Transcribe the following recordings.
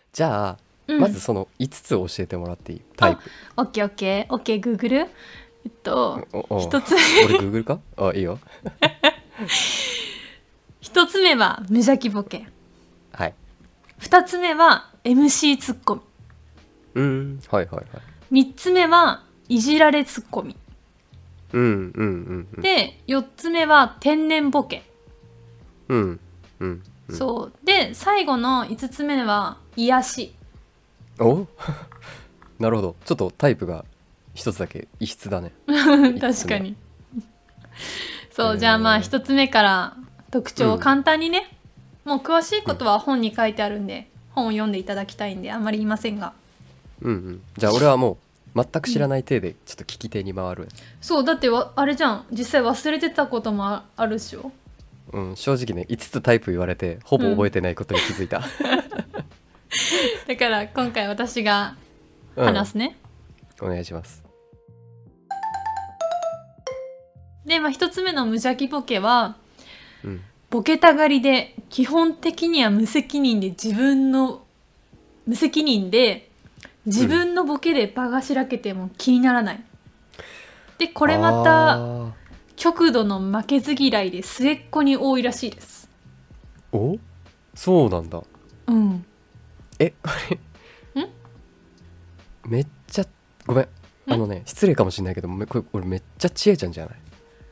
じゃあ、 うん、 まずその5つを教えてもらっていい？タイプ。 オッケーオッケーオッケーグーグル。 お一つ俺グーグルか？あ、いいよ。 一つ目は無邪気ボケ、 はい。 二つ目は MC ツッコミ、 はいはいはい。 三つ目はいじられツッコミうん。 で、四つ目は天然ボケ、 うんうん。 そうで、最後の五つ目は癒し。 おなるほど。ちょっとタイプが一つだけ異質だね。 確かに。そう、 へーじゃあまあ一つ目から特徴を簡単にね、もう詳しいことは本に書いてあるんで、本を読んでいただきたいんであんまり言いませんが。 じゃあ俺はもう全く知らない体でちょっと聞き手に回る。 そうだってあれじゃん、実際忘れてたこともあるっしょ。 正直ね、5つタイプ言われてほぼ覚えてないことに気づいた。 だから今回私がうん、 話すね。 お願いします。 で、まあ一つ目の無邪気ボケは、 うんボケたがりで基本的には無責任で自分のボケで場がしらけても気にならない。で、これまた極度の負けず嫌いで末っ子に多いらしいです。 おそうなんだ。 うん。 これめっちゃごめん、失礼かもしれないけど、これ俺めっちゃちえちゃんじゃない？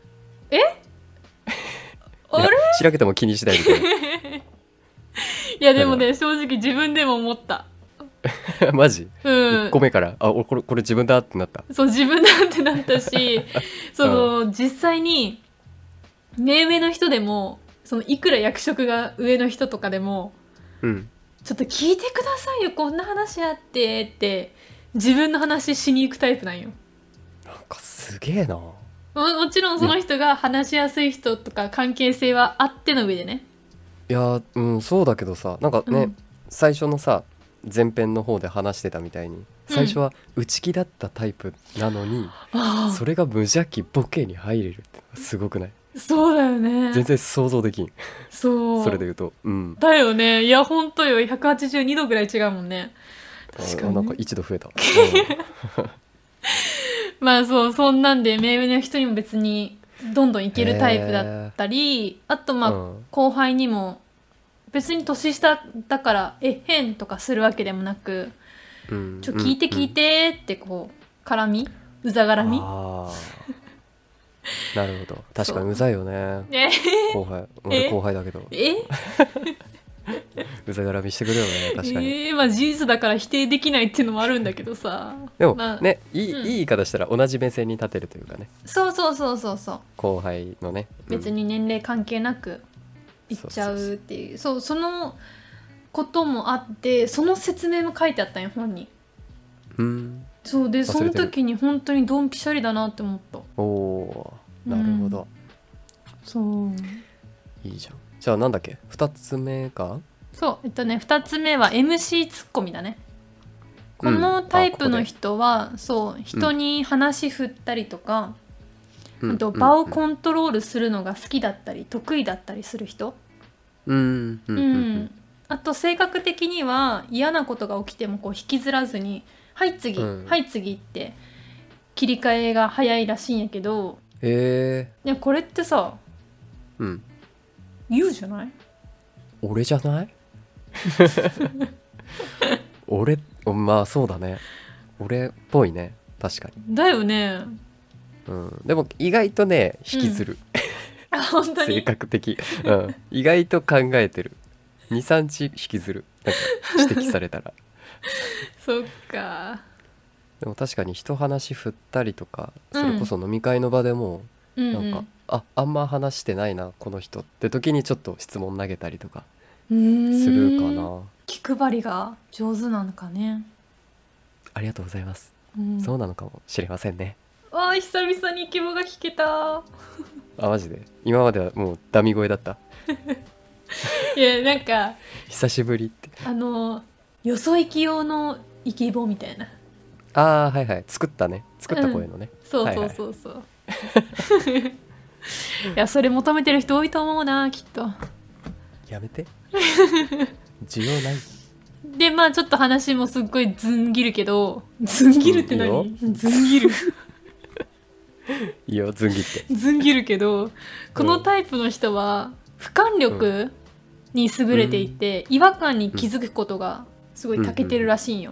あれ？ いや、しらけても気にしないみたいいやでもね、正直自分でも思った。 な。マジうん 1個目からこれ自分だってなった。 そう、自分だってなったし実際に目上の人でも、いくら役職が上の人とかでも、 うんちょっと聞いてくださいよ、こんな話あってって自分の話しに行くタイプなんよ。 なんかすげえな。 もちろんその人が話しやすい人とか関係性はあっての上でね。 いやそうだけどさ、なんかね、 うん最初のさ前編の方で話してたみたいに、最初は内気だったタイプなのに、それが無邪気ボケに入れるってすごくない？ そうだよね。 全然想像できん。 そうそれで言うとだよね。いやほんとよ、182度ぐらい違うもんね。確かに、 なんか一度増えた。 まあそんなんで目上の人にも別にどんどんいけるタイプだったり、あとまあ、後輩にも別に年下だから変とかするわけでもなく、聞いて聞いてってこう絡み、うざがらみ。 なるほど、確かにうざいよね。後輩、俺後輩だけどうざがらみしてくるよね、確かに。 まあ事実だから否定できないっていうのもあるんだけどさ。 でも、 まあ、 ね、いい言い方したら同じ目線に立てるというかね。 そう後輩のね、 別に年齢関係なく言っちゃうっていう、そのこともあって、その説明も書いてあったんよ、本に。そうで、その時に本当にドンピシャリだなって思った。 おー、なるほど、 そういいじゃん。じゃあなんだっけ、2つ目か。 そう2つ目は MC ツッコミだね。このタイプの人は、そう人に話振ったりとか、あと場をコントロールするのが好きだったり得意だったりする人。あと性格的には嫌なことが起きてもこう引きずらずにはい次、はい次って切り替えが早いらしいんやけど、でもこれってさ、言うじゃない？ 俺じゃない俺、まあそうだね、俺っぽいね、確かに。 だよね。 でも意外とね引きずる、 本当に性格的、意外と考えてる。 2,3 日引きずる、なんか指摘されたらそっか。 でも確かに人話振ったりとか、それこそ飲み会の場でも、なんか、あんま話してないなこの人って時にちょっと質問投げたりとかするかな。 気配りが上手なのかね。 ありがとうございます、そうなのかもしれませんね。 久々にイケボが聞けた。 マジで今まではもうダミ声だった。 いやなんか久しぶりって、 よそ行き用のイケボみたいな。 はいはい、作った声のね、 そういやそれ求めてる人多いと思うな、きっと。 やめて需要ない。 でまあちょっと話もすっごいずんぎるけど、ずんぎるって何、 いいずんぎるいいよずんぎってずんぎるけど、このタイプの人は俯瞰力に優れていて、違和感に気づくことがすごい長けてるらしいんよ。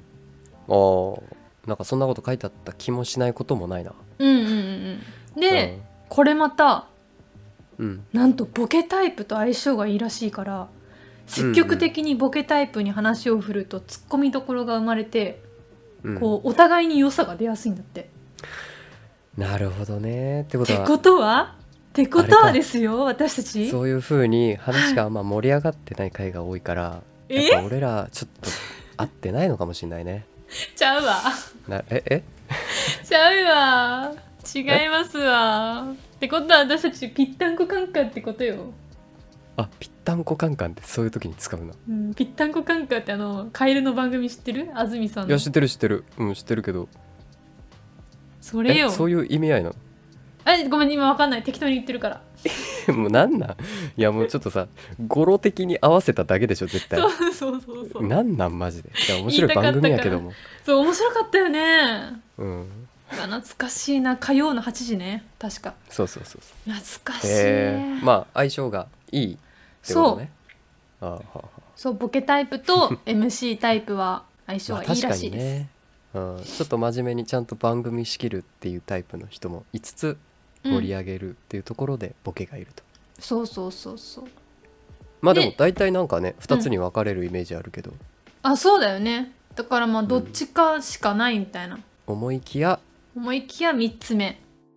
なんかそんなこと書いてあった気もしないこともないな。 で、これまた、 うんなんとボケタイプと相性がいいらしいから、積極的にボケタイプに話を振るとツッコミどころが生まれて、こうお互いに良さが出やすいんだって。 なるほどね。ってことはですよ、私たちそういう風に話があんま盛り上がってない回が多いからやっぱ俺らちょっと合ってないのかもしれないね。 ちゃうわちゃうわ、違いますわ。ってことは私たちぴったんこカンカンってことよ。 ぴったんこカンカンってそういう時に使うな。 ぴったんこカンカンってカエルの番組知ってる？安住さんの。 いや知ってる知ってるけど、 それよ。 そういう意味合いなの？ ごめん今わかんない、適当に言ってるからもうなんなん？いやもうちょっとさ語呂的に合わせただけでしょ絶対。 そうなんなんマジで。いや面白い番組やけども。 そう面白かったよね。 懐かしいな、火曜の8時ね、確か。 そう懐かしい。 まあ相性がいいってことね。 そうボケタイプと MC タイプは相性がいいらしいです。 確かにね、ちょっと真面目にちゃんと番組仕切るっていうタイプの人も5つ盛り上げるっていうところでボケがいると、 そうまあでも大体なんかね2つに分かれるイメージあるけど、 そうだよね。だからまあどっちかしかないみたいな、 思いきや 3つ目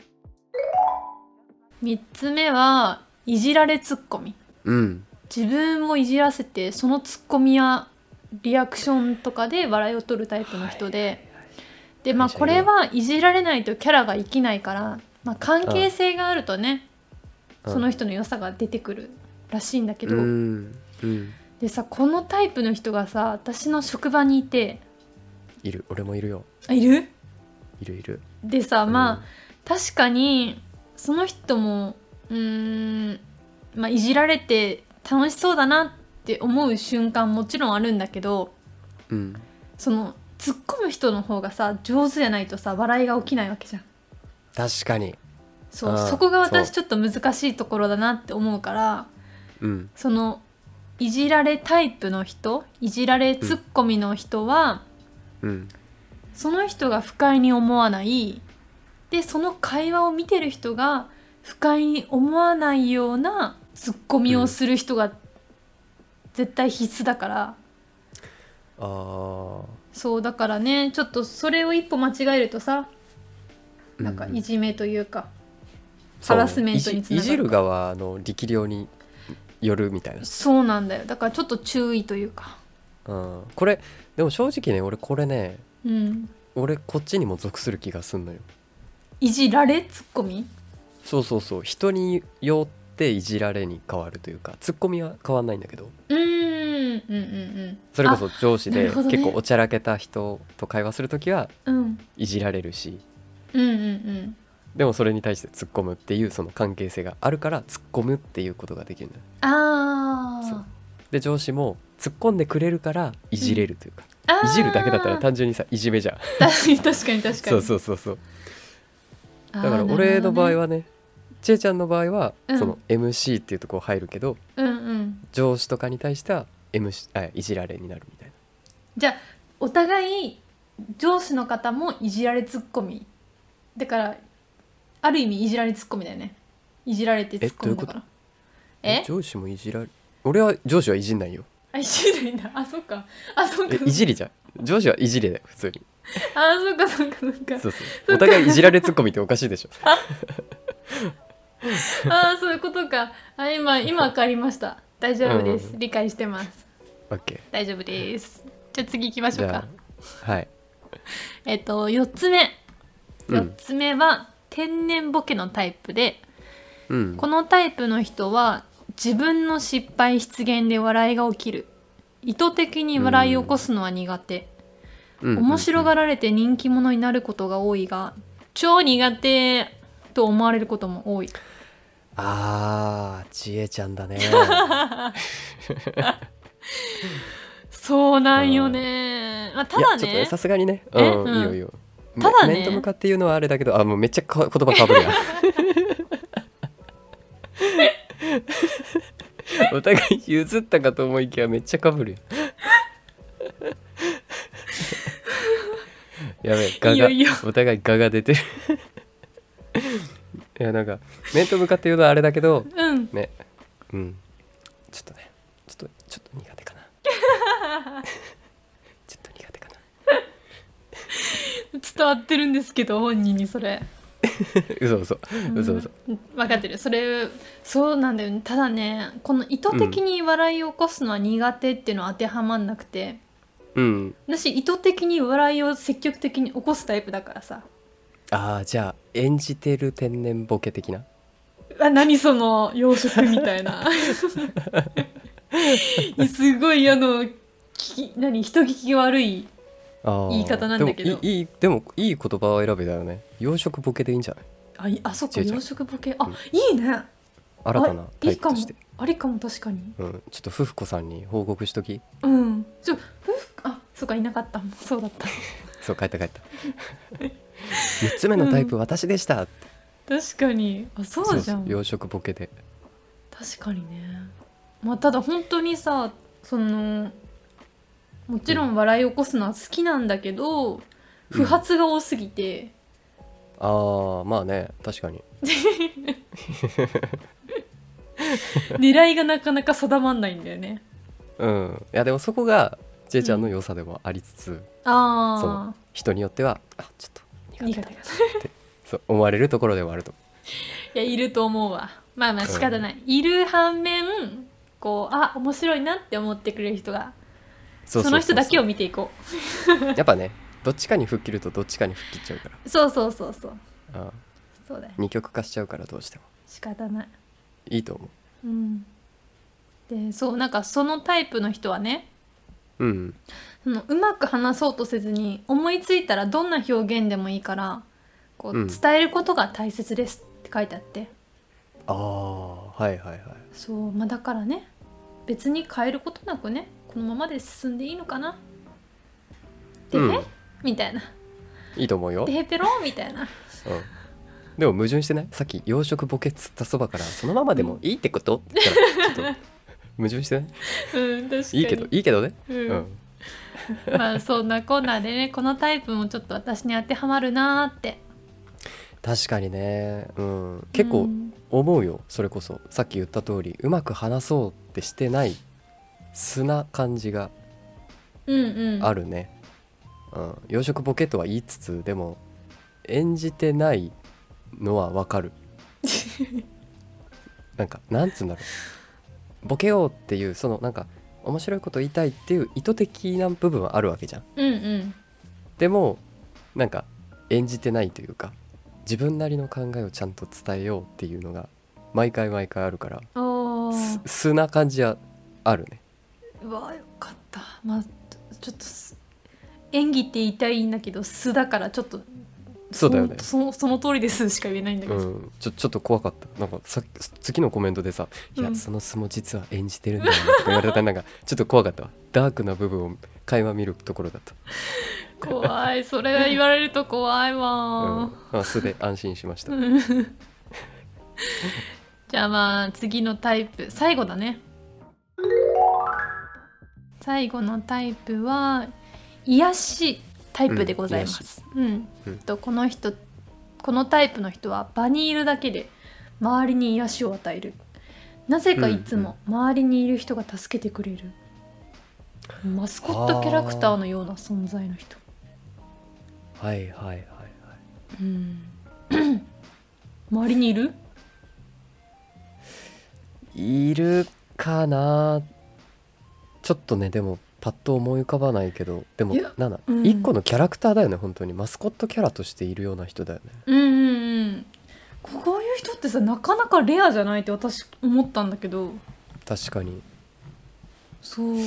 はいじられツッコミ。自分をいじらせてそのツッコミやリアクションとかで笑いを取るタイプの人で、まあこれはいじられないとキャラが生きないから、まあ、関係性があるとね、その人の良さが出てくるらしいんだけど、でさ、このタイプの人がさ私の職場にいて、 俺もいるよ。 いるでさ、まあ確かにその人もまあ、いじられて楽しそうだなって思う瞬間もちろんあるんだけど、その突っ込む人の方がさ上手じゃないとさ笑いが起きないわけじゃん。 確かにそこが私ちょっと難しいところだなって思うから、そのいじられタイプの人、いじられツッコミの人は、その人が不快に思わないで、その会話を見てる人が不快に思わないようなツッコミをする人が絶対必須だから、そうだからね、ちょっとそれを一歩間違えるとさ、なんかいじめというか、ハラスメントにつながる。 いじる側の力量によるみたいな。 そうなんだよ。だからちょっと注意というか、 これでも正直ね、俺これね、俺こっちにも属する気がすんのよ。 いじられツッコミ？ そう人によっていじられに変わるというか、ツッコミは変わんないんだけど、それこそ上司で結構おちゃらけた人と会話するときはいじられるし、でもそれに対して突っ込むっていうその関係性があるから突っ込むっていうことができるんだよ。そうで上司も突っ込んでくれるからいじれるというか、いじるだけだったら単純にさいじめじゃん。 確かにそうだから俺の場合はね、ちえちゃんの場合はその MC っていうところ入るけど、上司とかに対してはいじられになるみたいな。 じゃあお互い上司の方もいじられツッコミだから、ある意味いじられツッコミだよね。いじられてツッコミだから。 上司もいじられ、俺は上司はいじんないよ。 いじられんだ。そうかいじりじゃん。上司はいじりだよ普通に。そうお互いいじられツッコミっておかしいでしょ。 そういうことか。今分かりました。大丈夫です、理解してます。 OK、 大丈夫です。じゃあ次行きましょうか。 はい。 4つ目は天然ボケのタイプで、このタイプの人は自分の失敗失言で笑いが起きる。意図的に笑いを起こすのは苦手。面白がられて人気者になることが多いが、超苦手と思われることも多い。 ちえちゃんだね。 そうなんよね。まあ、ただいやちょっとね、 さすがにね、いいよいいよ。 ただね面と向かって言うのはあれだけど、もうめっちゃ言葉かぶるやんお互い譲ったかと思いきやめっちゃかぶるやんやべえ、 いいよいいよお互いガが出てるいやなんか面と向かって言うのはあれだけどうんね、ちょっとねちょっと苦手かなちょっと苦手かな伝わってるんですけど、本人にそれ嘘分かってる。それそうなんだよね。ただね、この意図的に笑いを起こすのは苦手っていうのは当てはまんなくて、私意図的に笑いを積極的に起こすタイプだからさ。 じゃあ演じてる天然ボケ的な。 何その養殖みたいなすごい人聞き悪い言い方なんだけど。 でもいい言葉を選べだよね。養殖ボケでいいんじゃない？ そっか、養殖ボケ。いいね。 新たなタイプとしてありかも確かに。 ちょっと夫婦子さんに報告しとき。 そうか、いなかった。そうだったそう帰った3つ目のタイプ、私でしたって。 確かに。そうじゃん。 養殖ボケで。 確かにね。ただ本当にさ、もちろん笑い起こすのは好きなんだけど、不発が多すぎて、 まあね、確かに狙いがなかなか定まんないんだよね。 いやでもそこがちえちゃんの良さでもありつつ、そう人によってはちょっと苦手だってそう思われるところではあると。 いや、いると思うわ。まあ仕方ない、いる反面面白いなって思ってくれる人が、その人だけを見ていこうやっぱね、どっちかに吹っ切るとどっちかに吹っ切っちゃうから。 そうそうだよ。 二極化しちゃうから、どうしても仕方ない。 いいと思う。 で、なんかそのタイプの人はね、 うまく話そうとせずに、思いついたらどんな表現でもいいから伝えることが大切ですって書いてあって、 はいそう、だからね、別に変えることなくね、このままで進んでいいのかなでね、みたいな。 いいと思うよ。 でへペロンみたいな。 でも矛盾してない？さっき養殖ボケつったそばからそのままでもいいってことって言ったらちょっと矛盾してない？ 確かに。 いいけどね。 そんなこんなでね、このタイプもちょっと私に当てはまるなーって。 確かにね、結構思うよ。それこそさっき言った通り、うまく話そうってしてない素な感じがあるね。養殖ボケとは言いつつ、でも演じてないのはわかるなんつうんだろう、ボケようっていうなんか面白いこと言いたいっていう意図的な部分はあるわけじゃん。でもなんか演じてないというか、自分なりの考えをちゃんと伝えようっていうのが毎回あるから、素な感じはあるね。 うわ、よかった。ちょっと演技って言いたいんだけど、素だからちょっとそうだよね。 その通りですしか言えないんだけど、 ちょっと怖かった。なんか次のコメントでさ、いやその素も実は演じてるんだよねって言われたら、なんかちょっと怖かったわ。ダークな部分を垣間見るところだった。 怖い。それ言われると怖いわ。 素で安心しましたじゃあ次のタイプ、最後だね。最後のタイプは癒しタイプでございます。このタイプの人は場にいるだけで周りに癒しを与える。なぜかいつも周りにいる人が助けてくれる。マスコットキャラクターのような存在の人。周りにいるかな。ちょっとね、でもパッと思い浮かばないけど、でも一個のキャラクターだよね。本当にマスコットキャラとしているような人だよね。 こういう人ってさ、なかなかレアじゃないって私思ったんだけど。 確かに。 そう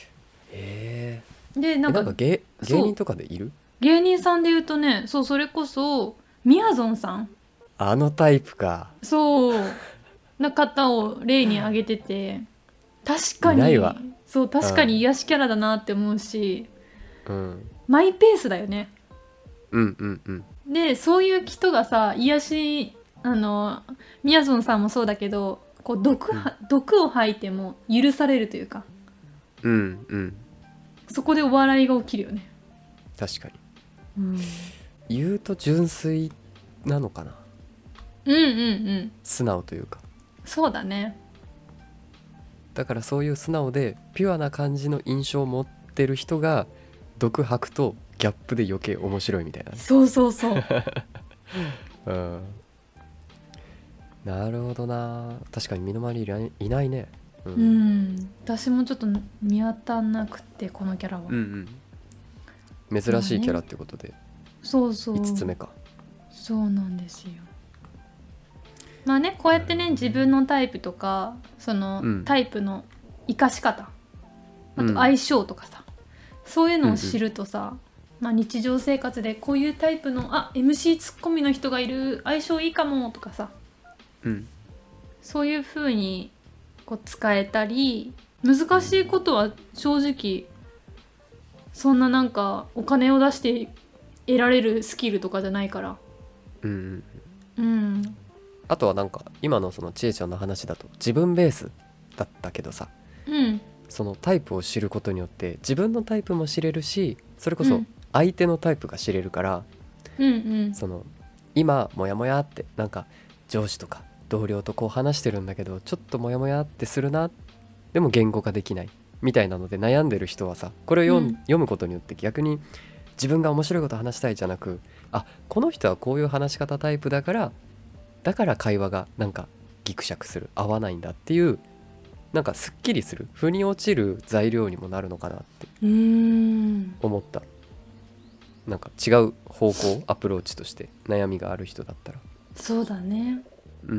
で、なんか芸人とかでいる？ 芸人さんで言うとね、それこそみやぞんさん、 あのタイプか。 な方を例に挙げてて、確かにいないわ。 そう確かに癒しキャラだなって思うし、 うん、 マイペースだよね。 うんうんうんでそういう人がさ癒しみやぞんさんもそうだけどこう毒を吐いても許されるというか、 うんうん、 そこでお笑いが起きるよね。 確かに、 うん、 言うと純粋なのかな。 うんうんうん素直というか。 そうだね。 だからそういう素直でピュアな感じの印象を持ってる人が毒吐くとギャップで余計面白いみたいなね。 そうそうそううん、なるほどな。確かに身の回りいないね。ううん、私もちょっと見当たんなくてこのキャラは、 うんうん、珍しいキャラってことで、 そうそう 5つ目か。 そうなんですよ。まあねこうやってね自分のタイプとかその、 うん、 タイプの生かし方、あとうん相性とかさ、そういうのを知るとさ、まあ、日常生活でこういうタイプのMC ツッコミの人がいる相性いいかもとかさ、 うん、 そういう風にこう使えたり、難しいことは正直そんななんかお金を出して得られるスキルとかじゃないから、 うんうん、 あとはなんか今のそのちえちゃんの話だと自分ベースだったけどさ、 うん、 そのタイプを知ることによって自分のタイプも知れるし、それこそうん相手のタイプが知れるから、 うんうんその今モヤモヤってなんか上司とか同僚とこう話してるんだけどちょっとモヤモヤってするな、でも言語化できないみたいなので悩んでる人はさ、これを読むことによって逆に自分が面白いこと話したいじゃなく、あ、この人はこういう話し方タイプだから会話がなんかギクシャクする、合わないんだっていう、なんかすっきりする、腑に落ちる材料にもなるのかなって思った。なんか違う方向アプローチとして悩みがある人だったら、 そうだね。 うん、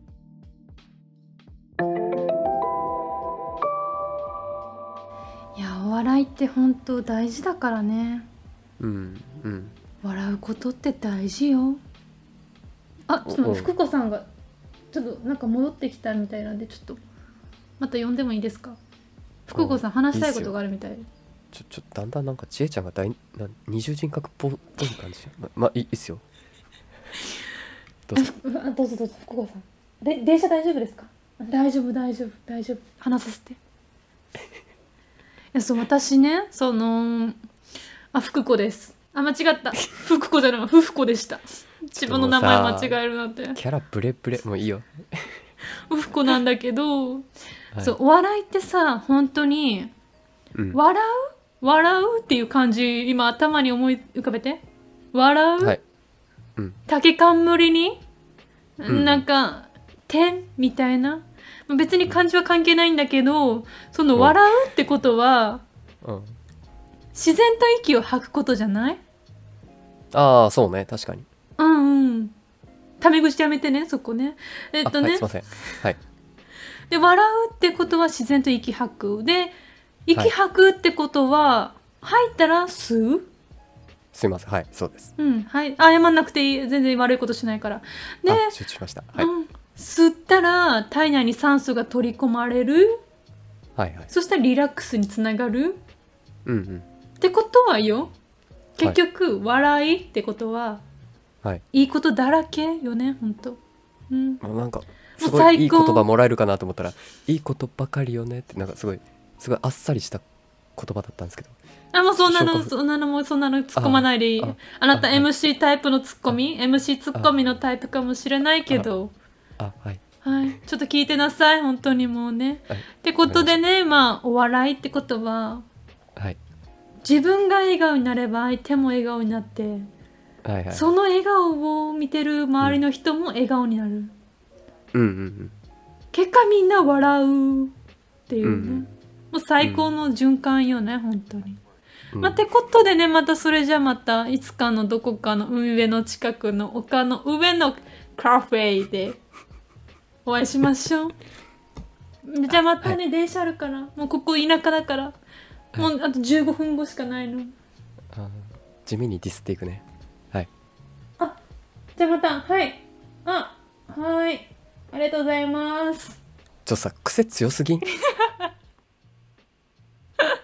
いやお笑いって本当大事だからね。 うんうん笑うことって大事よ。ちょっと待って福子さんがちょっとなんか戻ってきたみたいなんで、ちょっとまた呼んでもいいですか。福子さん話したいことがあるみたいで。 だんだんなんかちえちゃんが二重人格っぽい感じ。いいっすよ。どうぞ。 どうぞどうぞ福子さん。電車大丈夫ですか。大丈夫話させて。いやそう私ね福子です。間違った福子じゃないふふこでした。自分の名前間違えるなんて。 キャラブレブレ、もういいよ。 ふこなんだけど、 はい、 そうお笑いってさ本当に、 うん、 笑うっていう感じ今頭に思い浮かべて。笑う、 はい、うん、 竹冠に、 うん、 なんか点みたいな、別に漢字は関係ないんだけど、その笑うってことは、 うん、 自然と息を吐くことじゃない？ ああそうね、確かに。 うんうん。タメ口やめてねそこね。 はい、すいません。はい。 で笑うってことは自然と息吐くで、息吐くってことは、吐いたら吸う。 すいません、はい、そうです。 うん、はい、謝んなくていい、全然悪いことしないから。で、 承知しました。はい、 吸ったら体内に酸素が取り込まれる。 はいはい。 そしたらリラックスにつながる。 うんうん。 ってことはよ、結局、笑いってことは、 はい、 いいことだらけよね、ほんと。うん。 もうなんかすごいいい言葉もらえるかなと思ったら、いいことばかりよねって、なんかすごいあっさりした言葉だったんですけど。 もうそんなの突っ込まないでいい。あなた MC タイプのツッコミ、MC ツッコミのタイプかもしれないけど、 はいはい、ちょっと聞いてなさい本当にもうね。ってことでね、お笑いってことは、 はい、 自分が笑顔になれば相手も笑顔になって、 はいはい、 その笑顔を見てる周りの人も笑顔になる、 うんうんうん、 結果みんな笑うっていうね、もう最高の循環よね、本当に。ってことでね、またそれじゃまたいつかのどこかの海辺の近くの丘の上のカフェでお会いしましょう。じゃあまたね、電車あるから、もうここ田舎だから、もうあと15分後しかないの。 地味にディスっていくね。はい。 じゃあまた、はい。はい。ありがとうございます。 さ、癖強すぎん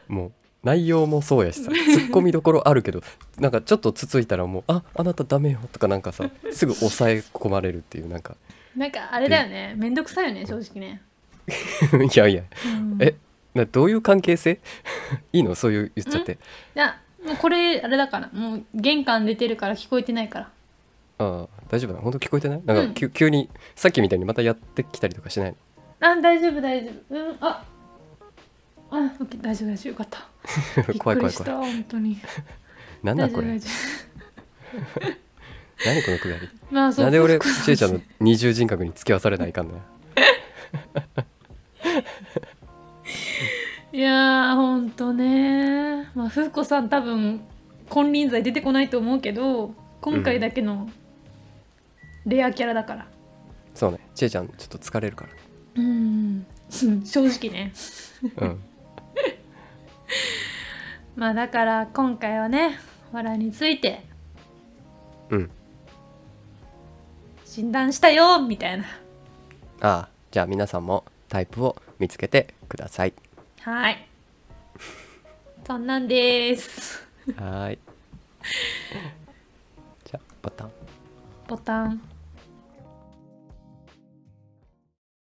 もう内容もそうやしさ、ツッコミどころあるけどなんかちょっとつついたらもうあなたダメよとかなんかさすぐ抑え込まれるっていうなんかあれだよね、めんどくさいよね正直ね。 いやいや、 うん、 どういう関係性いいのそういう言っちゃって。 いやもうこれあれだから、もう玄関出てるから聞こえてないから。 ああ大丈夫だ、本当聞こえてない？なんか、急にさっきみたいにまたやってきたりとかしないの？ 大丈夫大丈夫。オッケー、大丈夫大丈夫、よかった。 怖い怖い怖い。 びっくりした本当に。 なんだこれ。 大丈何このくだり。 まあそう、 なんで俺ちえちゃんの二重人格に付き合わされないかんのや。 いやーほんとね、まあ風子さん多分金輪際出てこないと思うけど、今回だけのレアキャラだから。 そうね、ちえちゃんちょっと疲れるからね。 正直ね。 うんまあだから今回はね、笑いについて診断したよみたいな。 ああ、じゃあ皆さんもタイプを見つけてください。 はい。そんなんです。 はい。じゃあボタン。 ボタン。